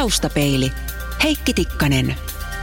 Taustapeili. Heikki Tikkanen.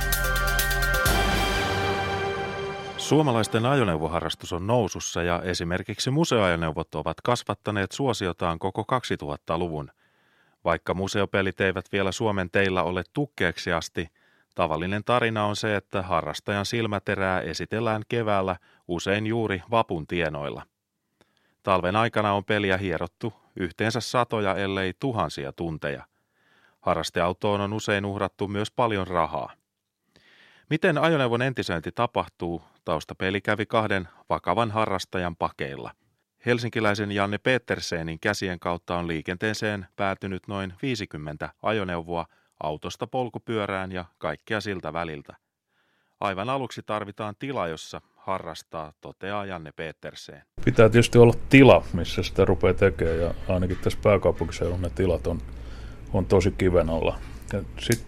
Suomalaisten ajoneuvoharrastus on nousussa ja esimerkiksi museoajoneuvot ovat kasvattaneet suosiotaan koko 2000-luvun. Vaikka museopelit eivät vielä Suomen teillä ole tukkeeksi asti, tavallinen tarina on se, että harrastajan silmäterää esitellään keväällä usein juuri vapun tienoilla. Talven aikana on peliä hierottu yhteensä satoja ellei tuhansia tunteja. Harrasteautoon on usein uhrattu myös paljon rahaa. Miten ajoneuvon entisöinti tapahtuu, taustapeli kävi kahden vakavan harrastajan pakeilla. Helsinkiläisen Janne Petersenin käsien kautta on liikenteeseen päätynyt noin 50 ajoneuvoa autosta polkupyörään ja kaikkea siltä väliltä. Aivan aluksi tarvitaan tila, jossa harrastaa, toteaa Janne Petersen. Pitää tietysti olla tila, missä sitä rupeaa tekemään, ja ainakin tässä pääkaupunkiseudulla ne tilat on tosi kiven alla. Sitten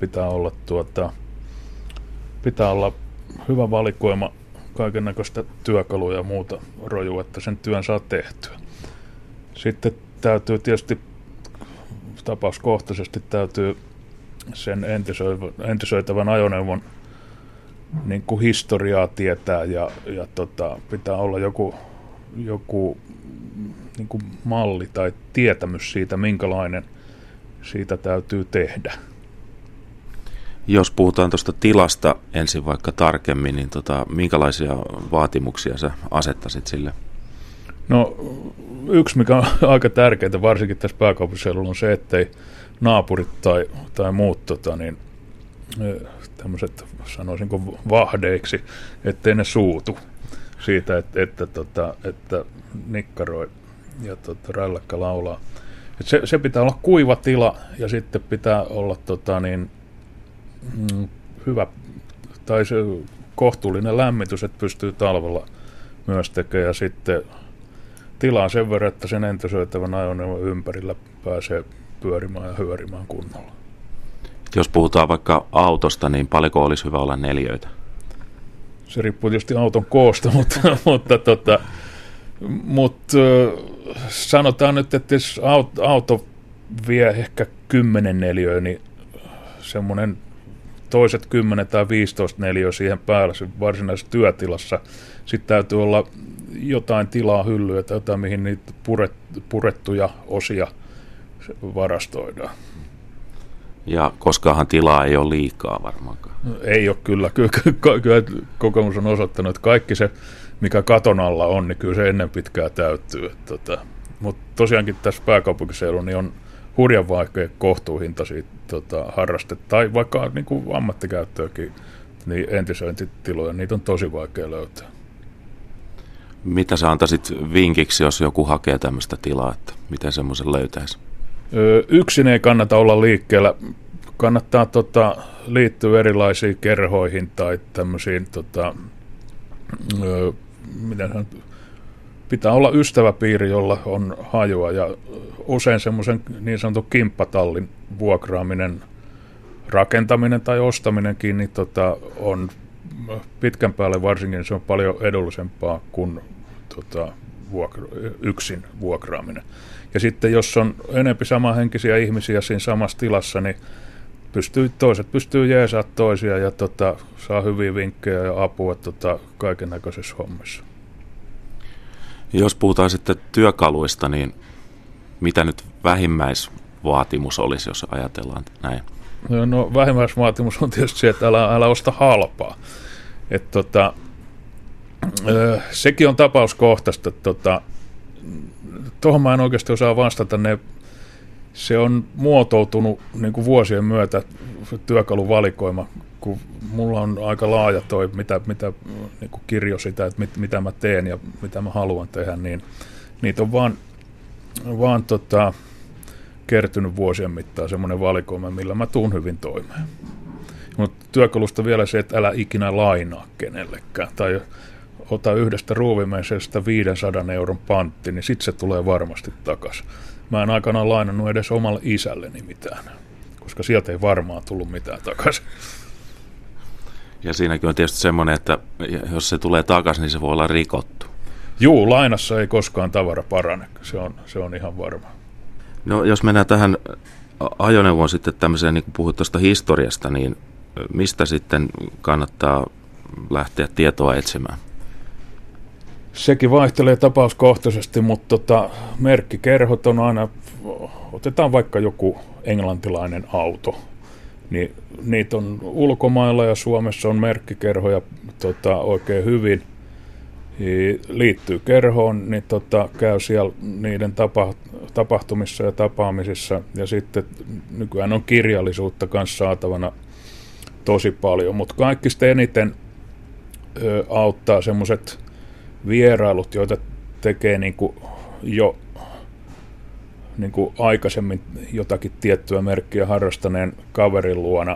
pitää olla hyvä valikoima kaikennäköistä työkaluja ja muuta rojua, että sen työn saa tehtyä. Sitten täytyy tietysti tapauskohtaisesti sen entisöitävän ajoneuvon niin kuin historiaa tietää ja pitää olla joku niin kuin malli tai tietämys siitä, minkälainen siitä täytyy tehdä. Jos puhutaan tuosta tilasta ensin vaikka tarkemmin, niin minkälaisia vaatimuksia sä asettaisit sille? No yksi, mikä on aika tärkeää, varsinkin tässä pääkaupunkiseudulla, on se, ettei naapurit tai muut tämmöiset, sanoisinko vahdeiksi, ettei ne suutu siitä, että nikkaroi ja rälläkkä laulaa. Se pitää olla kuiva tila ja sitten pitää olla hyvä tai se kohtuullinen lämmitys, että pystyy talvella myös tekemään, ja sitten tilaa sen verran, että sen entisöitävän ajoneuvon ympärillä pääsee pyörimään ja hyörimään kunnolla. Jos puhutaan vaikka autosta, niin paljonko olisi hyvä olla neliöitä? Se riippuu tietysti auton koosta, mutta sanotaan nyt, että jos auto vie ehkä 10 neliöä, niin semmoinen toiset 10 tai 15 neliöä siihen päällä varsinaisessa työtilassa. Sitten täytyy olla jotain tilaa hyllyä tai jotain, mihin niitä purettuja osia varastoidaan. Ja koskaanhan tilaa ei ole liikaa varmaankaan. Ei ole kyllä. Kyllä kokemus on osoittanut, että kaikki se, mikä katon alla on, niin kyllä se ennen pitkää täyttyy. Mutta tosiaankin tässä pääkaupunkiseudulla niin on hurjan vaikea kohtuuhintaisia harrastetta, tai vaikka niin kuin ammattikäyttöäkin, niin entisöintitiloja, niitä on tosi vaikea löytää. Mitä sä antaisit vinkiksi, jos joku hakee tämmöistä tilaa, että miten semmoisen löytäisi? Yksin ei kannata olla liikkeellä. Kannattaa liittyä erilaisiin kerhoihin tai tämmöisiin, pitää olla ystäväpiiri, jolla on hajua, ja usein semmoisen niin sanotun kimppatallin vuokraaminen, rakentaminen tai ostaminenkin, niin on pitkän päälle varsinkin se on paljon edullisempaa kuin yksin vuokraaminen. Ja sitten jos on enempi samanhenkisiä ihmisiä siinä samassa tilassa, niin toiset pystyy jeesaa toisia ja saa hyviä vinkkejä ja apua kaiken näköisissä hommissa. Jos puhutaan sitten työkaluista, niin mitä nyt vähimmäisvaatimus olisi, jos ajatellaan näin? No vähimmäisvaatimus on tietysti se, että älä osta halpaa. Sekin on tapauskohtaista. Tuohon mä en oikeasti osaa vastata. Se on muotoutunut niin kuin vuosien myötä työkaluvalikoima, kun mulla on aika laaja mitä niin kuin kirjo sitä, että mitä mä teen ja mitä mä haluan tehdä, niin niitä on vaan kertynyt vuosien mittaan semmoinen valikoima, millä mä tuun hyvin toimeen. Mutta työkalusta vielä se, että älä ikinä lainaa kenellekään, tai ota yhdestä ruuvimeisestä 500 euron pantti, niin sitten se tulee varmasti takaisin. Mä en aikanaan lainannut edes omalle isälleni mitään, koska sieltä ei varmaan tullut mitään takaisin. Ja siinäkin on tietysti semmoinen, että jos se tulee takaisin, niin se voi olla rikottu. Juu, lainassa ei koskaan tavara parane, se on ihan varma. No jos mennään tähän ajoneuvon sitten tämmöiseen, niin kuin puhut tuosta historiasta, niin mistä sitten kannattaa lähteä tietoa etsimään? Sekin vaihtelee tapauskohtaisesti, mutta merkkikerhot on aina, otetaan vaikka joku englantilainen auto, niin niitä on ulkomailla ja Suomessa on merkkikerhoja oikein hyvin. Liittyy kerhoon, niin käy siellä niiden tapahtumissa ja tapaamisissa, ja sitten nykyään on kirjallisuutta kanssa saatavana tosi paljon, mutta kaikista eniten auttaa semmoiset vierailut, joita tekee jo aikaisemmin jotakin tiettyä merkkiä harrastaneen kaverin luona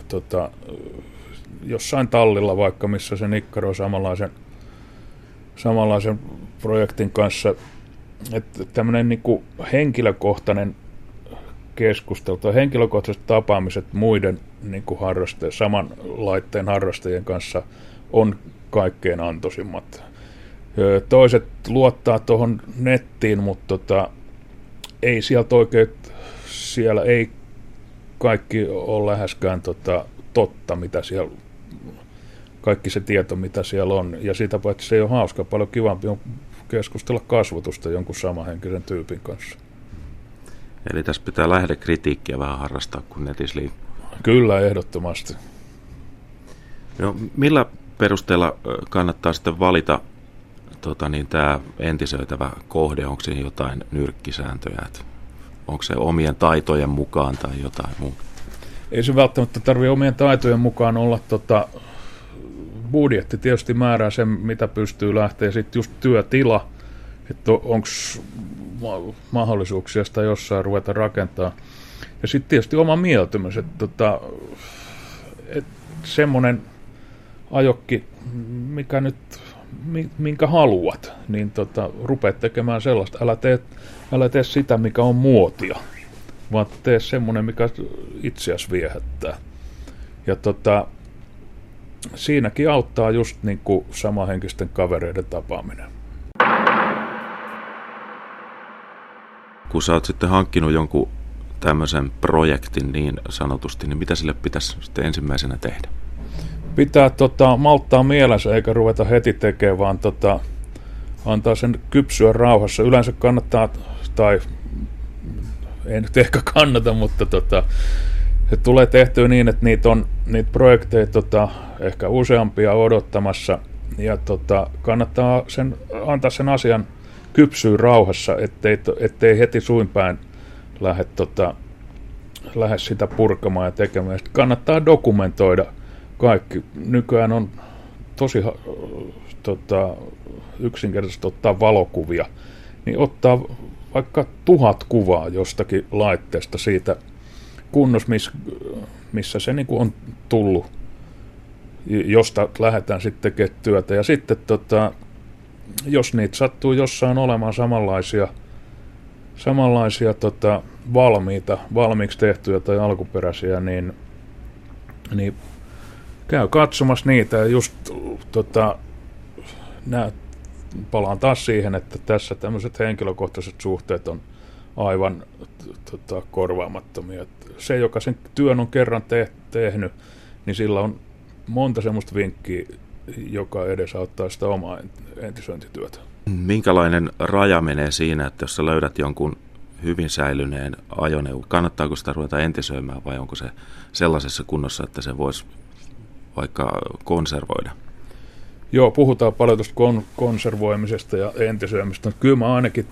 jossain tallilla vaikka, missä se nikkaroi samanlaisen projektin kanssa, että tämmöinen henkilökohtainen keskustelu tai henkilökohtaiset tapaamiset muiden saman laitteen harrastajien kanssa on kaikkein antoisimmat. Toiset luottaa tuohon nettiin, mutta ei sieltä oikein, siellä ei kaikki ole läheskään totta, mitä siellä, kaikki se tieto, mitä siellä on. Ja sitä paitsi se ei ole hauska, paljon kivampi on keskustella kasvatusta jonkun samanhenkisen tyypin kanssa. Eli tässä pitää lähdekritiikkiä vähän harrastaa, kun netissä liikkuu. Kyllä, ehdottomasti. No, millä perusteella kannattaa sitten valita tämä entisöitävä kohde? Onko siinä jotain nyrkkisääntöjä? Onko se omien taitojen mukaan tai jotain muuta? Ei se välttämättä tarvitse omien taitojen mukaan olla. Budjetti tietysti määrää sen, mitä pystyy lähteä. Sitten just työtila, että onko mahdollisuuksia sitä jossain ruveta rakentaa. Ja sitten tietysti oma mieltymys, että semmoinen ajokki, mikä nyt, minkä haluat, niin rupeat tekemään sellaista. Älä tee sitä, mikä on muotia, vaan tee semmoinen, mikä itseäsi viehättää. Ja siinäkin auttaa just samanhenkisten kavereiden tapaaminen. Kun sä oot sitten hankkinut jonkun tämmöisen projektin niin sanotusti, niin mitä sille pitäisi sitten ensimmäisenä tehdä? Pitää malttaa mielensä eikä ruveta heti tekemään, vaan antaa sen kypsyä rauhassa. Yleensä kannattaa, tai ei nyt ehkä kannata, mutta se tulee tehtyä niin, että niitä projekteja ehkä useampia odottamassa, ja kannattaa antaa sen asian kypsyä rauhassa, ettei heti suinpäin lähde sitä purkamaan ja tekemään. Sitten kannattaa dokumentoida kaikki. Nykyään on tosi yksinkertaisesti ottaa valokuvia, niin ottaa vaikka 1000 kuvaa jostakin laitteesta siitä kunnossa, missä se on tullut, josta lähdetään sitten tekemään työtä. Ja sitten jos niitä sattuu jossain olemaan samanlaisia valmiiksi tehtyjä tai alkuperäisiä, niin käy katsomassa niitä. Ja just palaan taas siihen, että tässä tämmöiset henkilökohtaiset suhteet on aivan korvaamattomia. Se, joka sen työn on kerran tehnyt, niin sillä on monta semmoista vinkkiä, joka edesauttaa sitä omaa entisöintityötä. Minkälainen raja menee siinä, että jos sä löydät jonkun hyvin säilyneen ajoneuvon, kannattaako sitä ruveta entisöimään vai onko se sellaisessa kunnossa, että se voisi vaikka konservoida? Joo, puhutaan paljon tuosta konservoimisesta ja entisöimistä. Kyllä mä ainakin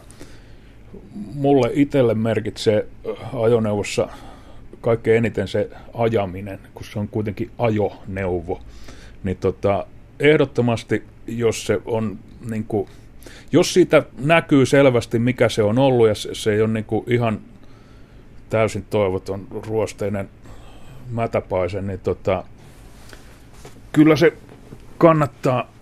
mulle itselle merkitsee ajoneuvossa kaikkein eniten se ajaminen, kun se on kuitenkin ajoneuvo. Niin ehdottomasti, jos se on jos siitä näkyy selvästi, mikä se on ollut, ja se ei ole ihan täysin toivoton ruosteinen mätäpaise, niin kyllä se kannattaa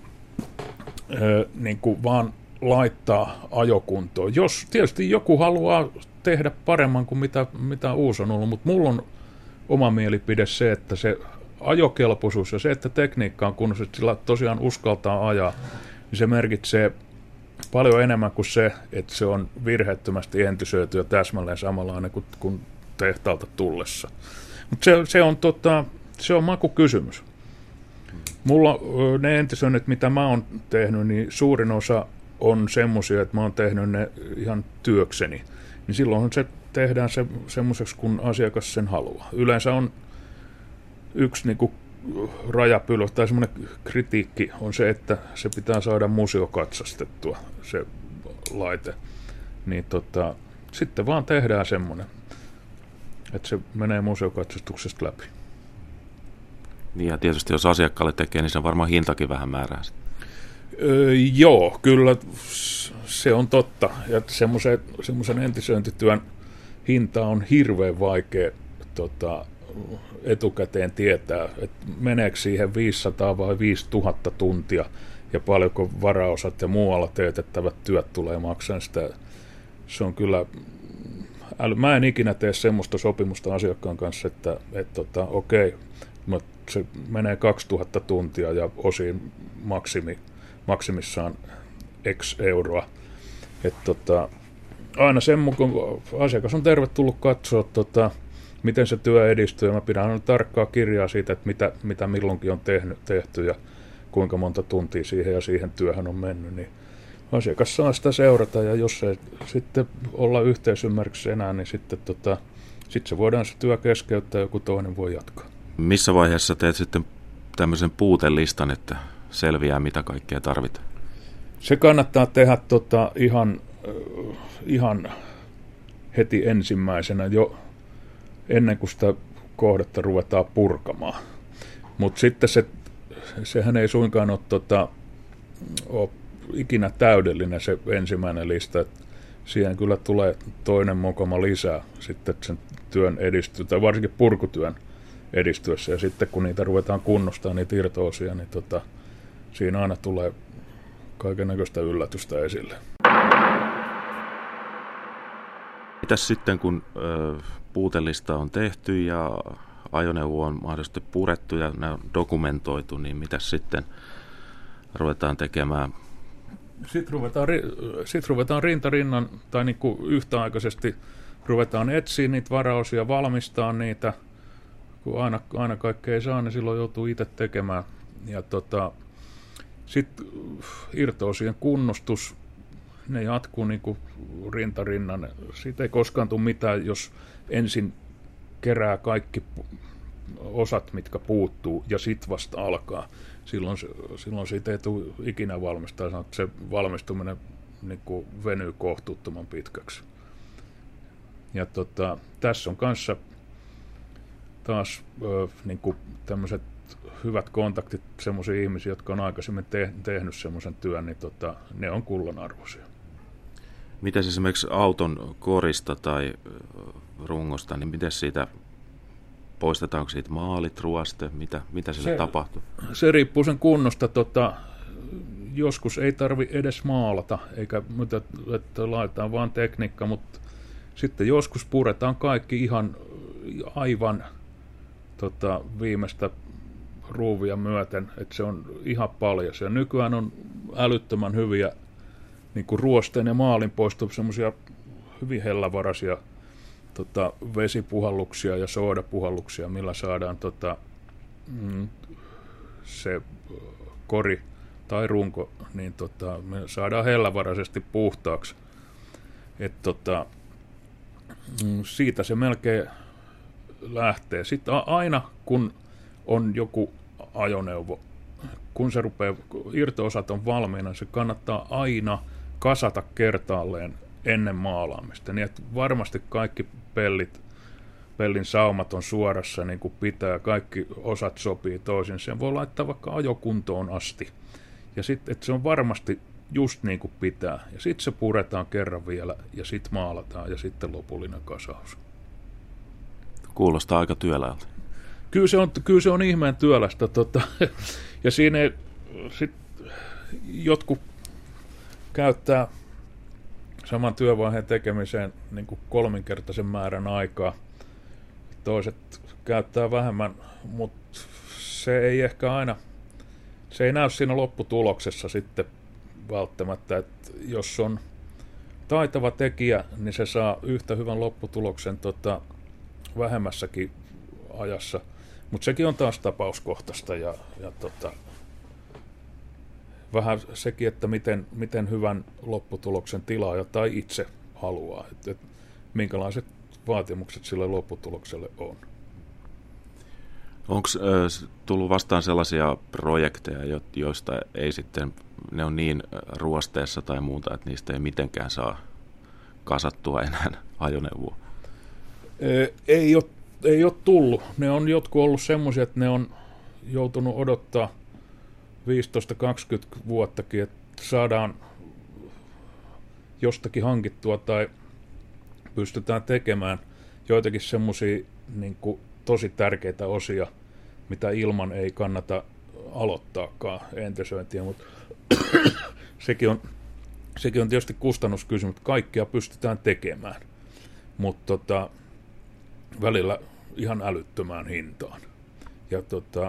vaan laittaa ajokuntoon. Jos tietysti joku haluaa tehdä paremman kuin mitä uusi on ollut, mutta mulla on oma mielipide se, että se ajokelpoisuus ja se, että tekniikka on kunnossa, että sillä tosiaan uskaltaa ajaa, niin se merkitsee paljon enemmän kuin se, että se on virheettömästi entisöity ja täsmälleen samanlainen kuin tehtaalta tullessa. Mutta se on makukysymys. Mulla ne entisöinnit, mitä mä oon tehnyt, niin suurin osa on semmoisia, että mä oon tehnyt ne ihan työkseni. Niin silloin se tehdään semmoiseksi, kun asiakas sen haluaa. Yleensä on yksi niinku rajapylö tai semmoinen kritiikki on se, että se pitää saada museokatsastettua, se laite. Niin sitten vaan tehdään semmoinen, että se menee museokatsastuksesta läpi. Niin ja tietysti jos asiakkaalle tekee, niin se on varmaan hintakin vähän määrää. Joo, kyllä se on totta. Ja semmoisen entisöintityön hinta on hirveän vaikea etukäteen tietää, että meneekö siihen 500 vai 5000 tuntia ja paljonko varaosat ja muualla teetettävät työt tulee maksamaan sitä. Se on kyllä, mä en ikinä tee semmoista sopimusta asiakkaan kanssa, että okei, se menee 2000 tuntia ja osiin maksimissaan X euroa. Aina sen mukaan asiakas on tervetullut katsoa, miten se työ edistyy. Mä pidän aina tarkkaa kirjaa siitä, että mitä milloinkin on tehty ja kuinka monta tuntia siihen ja siihen työhön on mennyt. Niin asiakas saa sitä seurata ja jos ei sitten olla yhteisymmärryksessä enää, niin sitten se voidaan se työ keskeyttää ja joku toinen voi jatkaa. Missä vaiheessa teet sitten tämmöisen puutelistan, että selviää mitä kaikkea tarvitaan? Se kannattaa tehdä ihan heti ensimmäisenä jo ennen kuin sitä kohdetta ruvetaan purkamaan. Mutta sitten sehän ei suinkaan ole ikinä täydellinen se ensimmäinen lista. Siihen kyllä tulee toinen mokoma lisää sitten sen työn edistyessä, tai varsinkin purkutyön edistyessä. Ja sitten kun niitä ruvetaan kunnostaa, niitä irto-osia, niin siinä aina tulee kaikennäköistä yllätystä esille. Mitäs sitten, kun puutelista on tehty ja ajoneuvo on mahdollisesti purettu ja ne on dokumentoitu, niin mitäs sitten ruvetaan tekemään? Sitten ruvetaan rintarinnan tai niin kuin yhtäaikaisesti ruvetaan etsiä niitä varaosia, valmistaa niitä. Kun aina kaikkea ei saa, niin silloin joutuu itse tekemään. Ja sitten irto-osien kunnostus, ne jatkuu niin kuin rintarinnan. Siitä ei koskaan tule mitään, jos ensin kerää kaikki osat, mitkä puuttuu, ja sitten vasta alkaa. Silloin siitä ei tule ikinä valmistaa, se valmistuminen niin kuin venyy kohtuuttoman pitkäksi. Ja tässä on kanssa taas niin kuin tämmöiset hyvät kontaktit semmoisia ihmisiä, jotka on aikaisemmin tehnyt semmoisen työn, niin ne on kullanarvoisia. Miten esimerkiksi auton korista tai rungosta, niin miten siitä poistetaanko siitä maalit, ruoste, mitä sille tapahtuu? Se riippuu sen kunnosta. Joskus ei tarvi edes maalata, eikä että laitetaan vaan tekniikka, mutta sitten joskus puretaan kaikki ihan aivan viimeistä ruuvia myöten, että se on ihan paljas. Ja nykyään on älyttömän hyviä niin kuin ruosteen ja maalin poisto semmoisia hyvin hellävaraisia vesipuhalluksia ja soodapuhalluksia, millä saadaan se kori tai runko, niin me saadaan hellävaraisesti puhtaaksi. Siitä se melkein lähtee. Sitten aina kun on joku ajoneuvo, kun se rupeaa, irto-osat on valmiina, se kannattaa aina kasata kertaalleen ennen maalaamista, niin että varmasti kaikki pellin saumat on suorassa niin kuin pitää, kaikki osat sopii toisin. Sen voi laittaa vaikka ajokuntoon asti. Ja sitten, että se on varmasti just niin kuin pitää. Ja sitten se puretaan kerran vielä, ja sitten maalataan, ja sitten lopullinen kasaus. Kuulostaa aika työläältä. Kyllä se on ihmeen työlästä. Ja siinä sit jotkut käyttää saman työvaiheen tekemiseen niin kuin 3-kertaisen määrän aikaa. Toiset käyttää vähemmän, mutta se ei ehkä aina, se ei näy siinä lopputuloksessa sitten välttämättä, että jos on taitava tekijä, niin se saa yhtä hyvän lopputuloksen vähemmässäkin ajassa. Mutta sekin on taas tapauskohtaista ja vähän sekin, että miten hyvän lopputuloksen tilaaja tai itse haluaa, että minkälaiset vaatimukset sille lopputulokselle on. Onko tullut vastaan sellaisia projekteja, joista ei sitten, ne on niin ruosteessa tai muuta, että niistä ei mitenkään saa kasattua enää ajoneuvoa? Ei ole tullut. Ne on jotkut ollut semmoisia, että ne on joutunut odottaa 15-20 vuottakin, että saadaan jostakin hankittua tai pystytään tekemään joitakin semmoisia niin kuin tosi tärkeitä osia, mitä ilman ei kannata aloittaakaan entisöintiä, mutta sekin on tietysti kustannuskysymys, että kaikkea pystytään tekemään, mutta välillä ihan älyttömään hintaan. Ja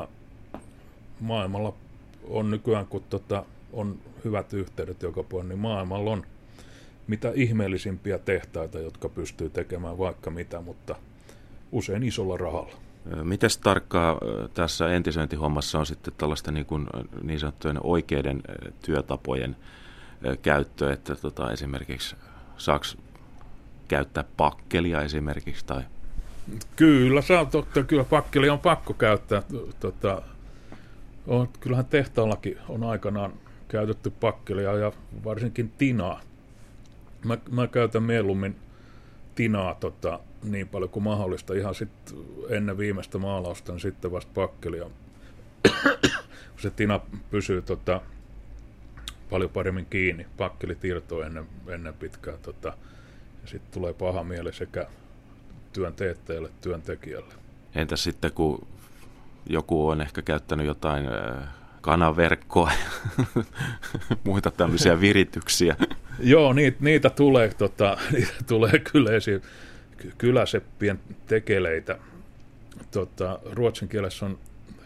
maailmalla on nykyään, kun on hyvät yhteydet joka puolella, niin maailmalla on mitä ihmeellisimpiä tehtaita, jotka pystyy tekemään vaikka mitä, mutta usein isolla rahalla. Mites tarkkaa tässä entisöintihommassa on sitten tällaista niin sanottujen oikeiden työtapojen käyttö, että esimerkiksi saako käyttää pakkelia esimerkiksi? Tai? Kyllä, kyllä pakkelia on pakko käyttää. Kyllähän tehtaallakin on aikanaan käytetty pakkelia ja varsinkin tinaa. Mä käytän mieluummin tinaa niin paljon kuin mahdollista. Ihan sitten ennen viimeistä maalausta, niin sitten vasta pakkelia. Se tina pysyy paljon paremmin kiinni. Pakkelit irtoaa ennen pitkää. Ja sitten tulee paha mieli sekä työn teettäjälle että työntekijälle. Entäs sitten, kun joku on ehkä käyttänyt jotain kanaverkkoa ja muita tämmöisiä virityksiä? Joo, niitä tulee kyllä esiin. Kyläseppien tekeleitä. Ruotsin kielessä on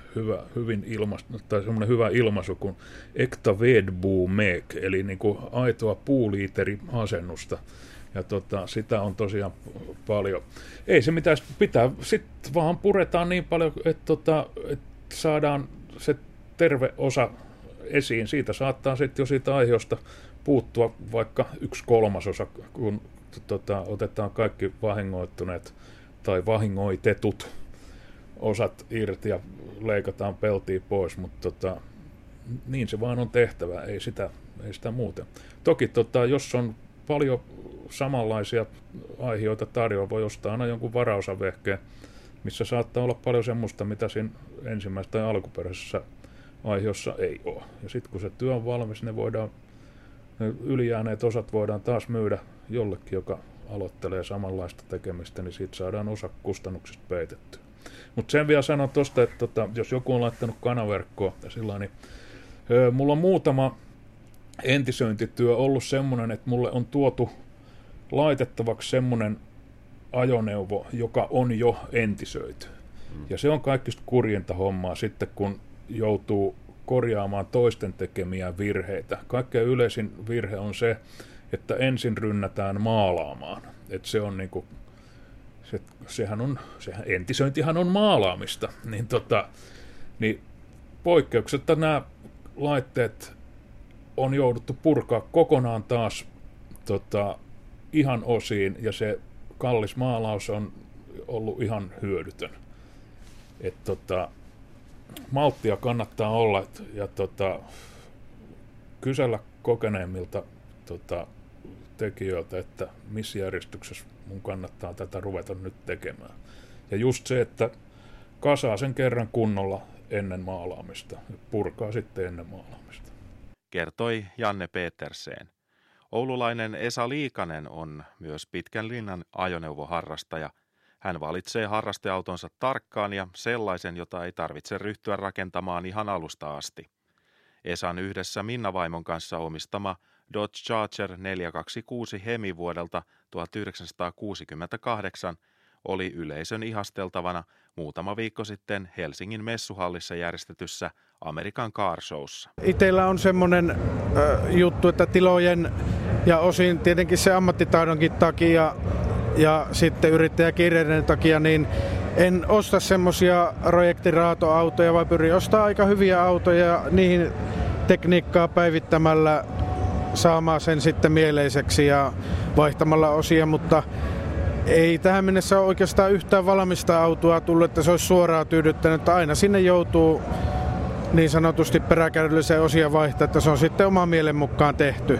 semmoinen hyvä ilmaisu kuin äkta vedbomek, eli niin kuin aitoa puuliiteri-asennusta. Ja sitä on tosiaan paljon. Ei se mitään, pitää sitten vaan puretaan niin paljon, että saadaan se terve osa esiin. Siitä saattaa sitten jo siitä aiheesta puuttua vaikka 1/3, kun otetaan kaikki vahingoittuneet tai vahingoitetut osat irti ja leikataan peltiä pois, mutta niin se vaan on tehtävä, ei sitä muuten. Toki jos on paljon samanlaisia aiheita tarjolla, voi ostaa aina jonkun varaosavehkeen, missä saattaa olla paljon semmoista, mitä siinä ensimmäisessä tai alkuperäisessä aiheessa ei ole. Ja sitten kun se työ on valmis, ne ylijääneet osat voidaan taas myydä jollekin, joka aloittelee samanlaista tekemistä, niin siitä saadaan osa kustannuksista peitettyä. Mutta sen vielä sanon tuosta, että jos joku on laittanut kanaverkkoa ja sillä niin mulla on muutama entisöintityö ollut semmoinen, että mulle on tuotu laitettavaksi semmoinen ajoneuvo, joka on jo entisöity. Ja se on kaikista kurjinta hommaa sitten, kun joutuu korjaamaan toisten tekemiä virheitä. Kaikkein yleisin virhe on se, että ensin rynnätään maalaamaan. Että se on niinku, entisöintihän on maalaamista. Niin poikkeuksetta nämä laitteet on jouduttu purkaa kokonaan taas ihan osiin, ja se kallis maalaus on ollut ihan hyödytön. Malttia kannattaa olla ja kysellä kokeneemmilta tekijöiltä, että missä järjestyksessä mun kannattaa tätä ruveta nyt tekemään. Ja just se, että kasaa sen kerran kunnolla ennen maalaamista, purkaa sitten ennen maalaamista. Kertoi Janne Petersen. Oululainen Esa Liikanen on myös pitkän linjan ajoneuvoharrastaja. Hän valitsee harrasteautonsa tarkkaan ja sellaisen, jota ei tarvitse ryhtyä rakentamaan ihan alusta asti. Esan yhdessä Minna-vaimon kanssa omistama Dodge Charger 426 Hemi vuodelta 1968 oli yleisön ihasteltavana muutama viikko sitten Helsingin messuhallissa järjestetyssä American Car Showssa. Itellä on semmoinen juttu, että tilojen ja osin tietenkin se ammattitaidonkin takia ja sitten yrittäjäkiireiden takia, niin en osta semmosia projektiraatoautoja, vaan pyrin ostaa aika hyviä autoja ja niihin tekniikkaa päivittämällä saamaan sen sitten mieleiseksi ja vaihtamalla osia, mutta ei tähän mennessä ole oikeastaan yhtään valmista autoa tullut, että se olisi suoraan tyydyttänyt, että aina sinne joutuu niin sanotusti peräkärryllisiä osia vaihtaa, että se on sitten oman mielen mukaan tehty.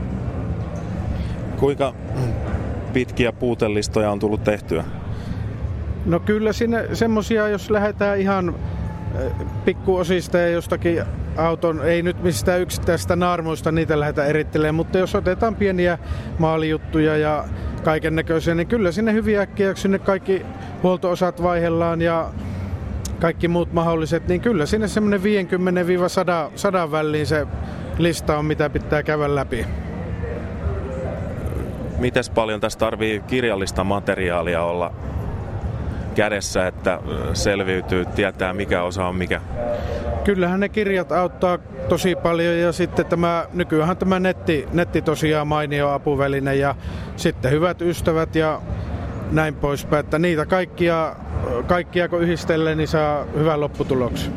Kuinka pitkiä puutelistoja on tullut tehtyä? No kyllä sinne semmosia, jos lähdetään ihan pikkuosista ja jostakin auton, ei nyt mistään yksittäistä naarmuista niitä lähdetään erittelemään, mutta jos otetaan pieniä maalijuttuja ja kaiken näköisiä, niin kyllä sinne hyvin äkkiä, sinne kaikki huolto-osat vaihdellaan kaikki muut mahdolliset, niin kyllä sinne semmoinen 50-100 väliin se lista on, mitä pitää käydä läpi. Mites paljon tässä tarvii kirjallista materiaalia olla kädessä, että selviytyy, tietää mikä osa on mikä? Kyllähän ne kirjat auttaa tosi paljon ja sitten nykyään tämä netti tosiaan mainio apuväline ja sitten hyvät ystävät ja näin poispäin, että niitä kaikkia kun yhdistelee, niin saa hyvän lopputuloksen.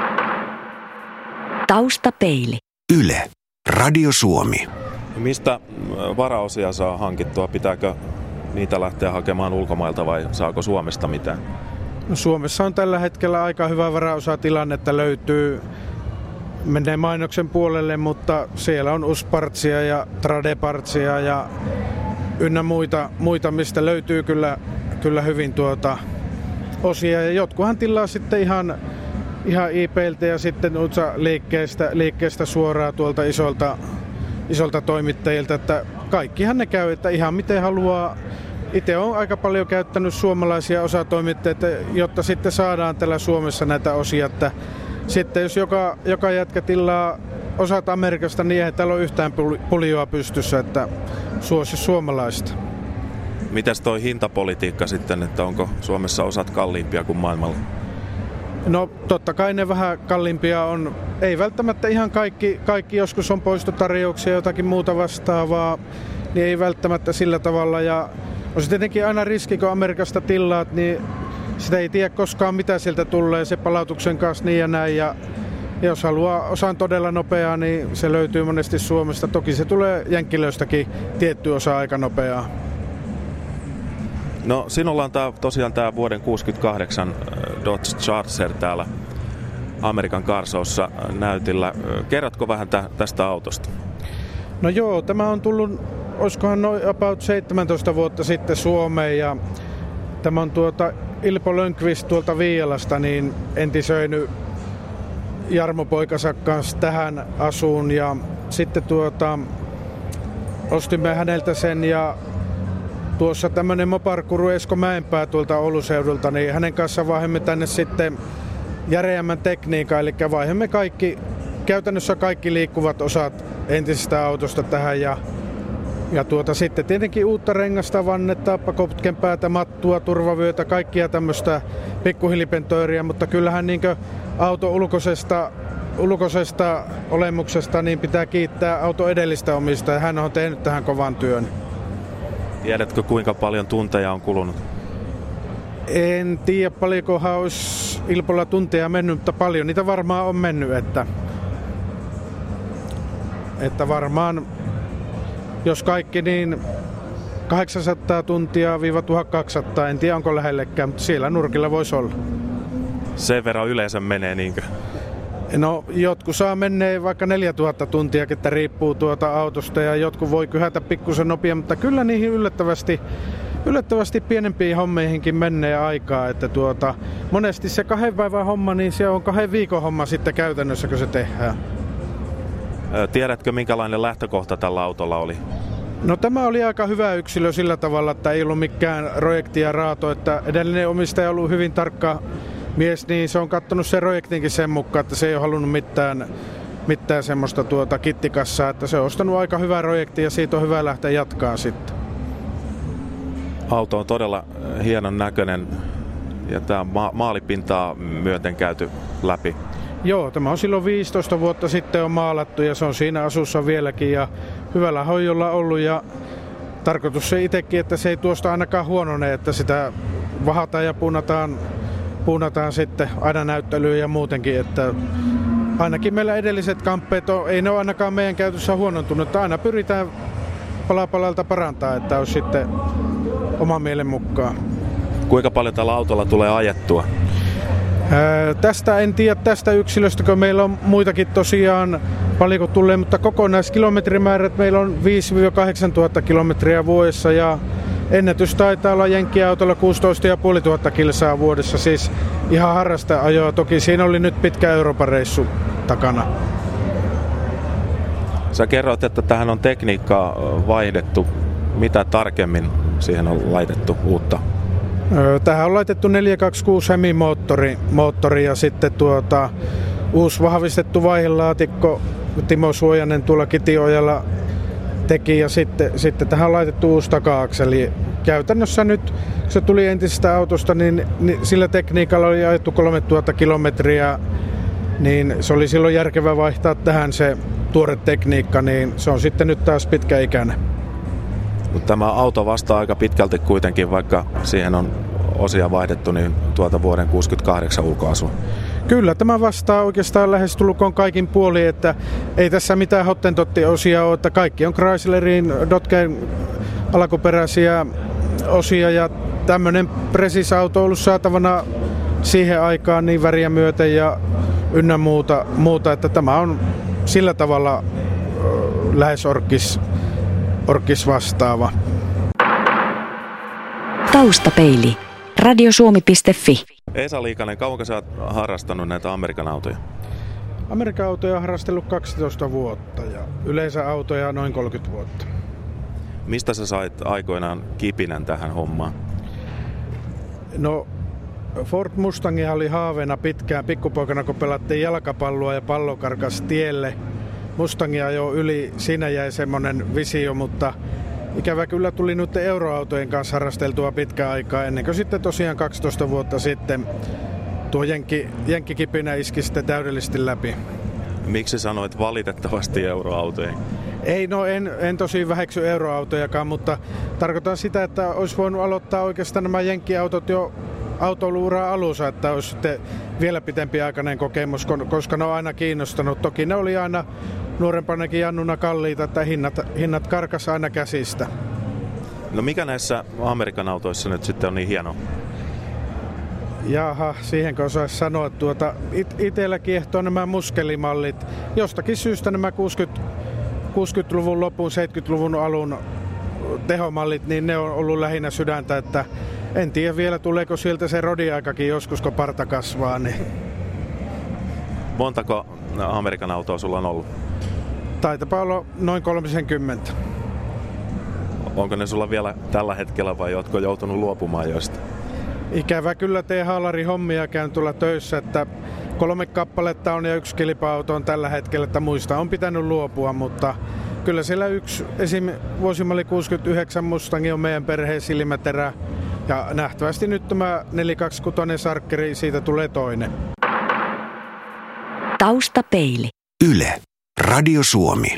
Taustapeili. Yle. Radio Suomi. Mistä varaosia saa hankittua? Pitääkö niitä lähteä hakemaan ulkomailta vai saako Suomesta mitään? No, Suomessa on tällä hetkellä aika hyvä varaosatilanne, että löytyy, menee mainoksen puolelle, mutta siellä on Uspartsia ja Tradepartsia ja ynnä muita, mistä löytyy kyllä hyvin osia. Ja jotkuhan tilaa sitten ihan IP:ltä ja sitten liikkeestä suoraan tuolta isolta toimittajilta, että kaikkihan ne käy, että ihan miten haluaa. Itse olen aika paljon käyttänyt suomalaisia osatoimittajia, jotta sitten saadaan täällä Suomessa näitä osia, että sitten jos joka jätkä tilaa osat Amerikasta, niin eihän täällä ole yhtään puljoa pystyssä, että suosi suomalaista. Mitäs toi hintapolitiikka sitten, että onko Suomessa osat kalliimpia kuin maailmalla? No totta kai ne vähän kalliimpia on. Ei välttämättä ihan kaikki joskus on poistotarjouksia jotakin muuta vastaavaa, niin ei välttämättä sillä tavalla. Ja on se tietenkin aina riski, kun Amerikasta tilaat, niin sitä ei tiedä koskaan mitä sieltä tulee se palautuksen kanssa niin ja näin. Ja jos haluaa osan todella nopeaa, niin se löytyy monesti Suomesta. Toki se tulee Jenkkilöistäkin tietty osa aika nopeaa. No sinulla on tosiaan tämä vuoden 1968 Dodge Charger täällä American Car Showssa näytillä. Kerrotko vähän tästä autosta? No joo, tämä on tullut, olisikohan noin about 17 vuotta sitten Suomeen ja tämä on Ilpo Lönnqvist tuolta Viialasta niin entisöinyt Jarmo poikansa kanssa tähän asuun ja sitten ostimme häneltä sen ja tuossa tämmöinen moparkuru Esko Mäenpää tuolta Oulun seudulta, niin hänen kanssaan vaihdamme tänne sitten järeämmän tekniikan, eli vaihdamme käytännössä kaikki liikkuvat osat entisestä autosta tähän ja sitten tietenkin uutta rengasta, vannetta, pakoputken päätä, mattua, turvavyötä, kaikkia tämmöistä pikkuhilipentoiria, mutta kyllähän niinkö auto ulkoisesta olemuksesta niin pitää kiittää auto edellistä omista ja hän on tehnyt tähän kovan työn. Tiedätkö kuinka paljon tunteja on kulunut? En tiedä paljonkohan olisi Ilpolla tunteja mennyt, mutta paljon niitä varmaan on mennyt, että varmaan jos kaikki niin 800 tuntia 1200, en tiedä onko lähellekään, mutta siellä nurkilla voisi olla. Sen verran yleensä menee niinkö? No jotkut saa mennä vaikka 4000 tuntia, että riippuu autosta ja jotkut voi kyhätä pikkusen nopea, mutta kyllä niihin yllättävästi pienempiin hommeihinkin menee aikaa, että monesti se 2 päivän homma, niin se on 2 viikon homma sitten käytännössä, kun se tehdään. Tiedätkö, minkälainen lähtökohta tällä autolla oli? No tämä oli aika hyvä yksilö sillä tavalla, että ei ollut mikään projekti ja raato, että edellinen omistaja on ollut hyvin tarkka mies, niin se on katsonut sen projektinkin sen mukaan, että se ei ole halunnut mitään semmoista kittikassaa, että se on ostanut aika hyvä projekti ja siitä on hyvä lähteä jatkaa sitten. Auto on todella hienon näköinen ja tämä maalipintaa myöten käyty läpi. Joo, tämä on silloin 15 vuotta sitten on maalattu ja se on siinä asussa vieläkin ja hyvällä hoidolla ollut ja tarkoitus se itsekin, että se ei tuosta ainakaan huonone, että sitä vahataan ja puunataan sitten aina näyttelyyn ja muutenkin, että ainakin meillä edelliset kamppeet, ei ne ole ainakaan meidän käytössä huonontunut, että aina pyritään pala-palalta parantaa, että olisi sitten oman mielen mukaan. Kuinka paljon tällä autolla tulee ajettua? Tästä en tiedä tästä yksilöstä, kun meillä on muitakin tosiaan paljonko tulee, mutta kokonaiskilometrimäärät meillä on 5-8 tuhatta kilometriä vuodessa ja ennätys taitaa olla jenkkiautolla 16 500 kilsaa vuodessa, siis ihan harrasta-ajoa. Toki siinä oli nyt pitkä Euroopan reissu takana. Sä kerroit, että tähän on tekniikkaa vaihdettu. Mitä tarkemmin siihen on laitettu uutta? Tähän on laitettu 426 Hemi-moottori ja sitten uusi vahvistettu vaihelaatikko. Timo Suojanen tuolla Kitiojalla teki ja sitten tähän on laitettu uusi taka-akseli. Käytännössä nyt, kun se tuli entisestä autosta, niin sillä tekniikalla oli ajettu 3000 kilometriä, niin se oli silloin järkevä vaihtaa tähän se tuore tekniikka, niin se on sitten nyt taas pitkäikäinen. Tämä auto vastaa aika pitkälti kuitenkin, vaikka siihen on osia vaihdettu, niin vuoden 1968 ulkoasua. Kyllä, tämä vastaa oikeastaan lähestulkoon kaikin puolin, että ei tässä mitään hottentotti-osia ole, että kaikki on Chryslerin Dodgen alkuperäisiä osia ja tämmöinen Precis-auto on ollut saatavana siihen aikaan niin väriä myöten ja ynnä muuta, että tämä on sillä tavalla lähes orkis vastaava. Taustapeili. Radiosuomi.fi. Esa Liikanen, kauanko sä oot harrastanut näitä Amerikan autoja? Amerikan autoja on harrastellut 12 vuotta ja yleensä autoja noin 30 vuotta. Mistä sä sait aikoinaan kipinän tähän hommaan? No, Ford Mustangia oli haaveena pitkään pikkupoikana, kun pelattiin jalkapalloa ja pallo karkasi tielle. Mustangia jo yli, siinä jäi semmoinen visio, mutta ikävä kyllä tuli nyt euroautojen kanssa harrasteltua pitkään aikaa ennen kuin sitten tosiaan 12 vuotta sitten tuo jenkkikipinä iski sitten täydellisesti läpi. Miksi sanoit valitettavasti euroautojen? Ei, no en tosi väheksy euroautojakaan, mutta tarkoitan sitä, että olisi voinut aloittaa oikeastaan nämä jenkkiautot jo autoilu-uran alussa, että olisi sitten vielä pitempiaikainen kokemus, koska ne on aina kiinnostanut. Toki ne oli aina nuorempanakin Jannuna kalliita, että hinnat karkas aina käsistä. No mikä näissä Amerikan autoissa nyt sitten on niin hieno? Jaha, siihenkö osaisi sanoa, itsellä kiehtoo nämä muskelimallit. Jostakin syystä nämä 60-luvun lopun, 70-luvun alun tehomallit, niin ne on ollut lähinnä sydäntä, että en tiedä vielä tuleeko sieltä se rodiaikakin joskus, kun parta kasvaa. Niin. Montako Amerikan autoa sulla on ollut? Taitapa olla noin 30. Onko ne sulla vielä tällä hetkellä vai ootko joutunut luopumaan joista? Ikävä kyllä tee haalarihommia, käyn tuolla töissä, että 3 kappaletta on ja 1 kilpa-auto on tällä hetkellä, että muista on pitänyt luopua, mutta kyllä siellä yksi esim. Vuosimalli 69 Mustangi on meidän perheen silmäterä ja nähtävästi nyt tämä 426 Sarkkeri, siitä tulee toinen. Taustapeili. Yle. Radio Suomi.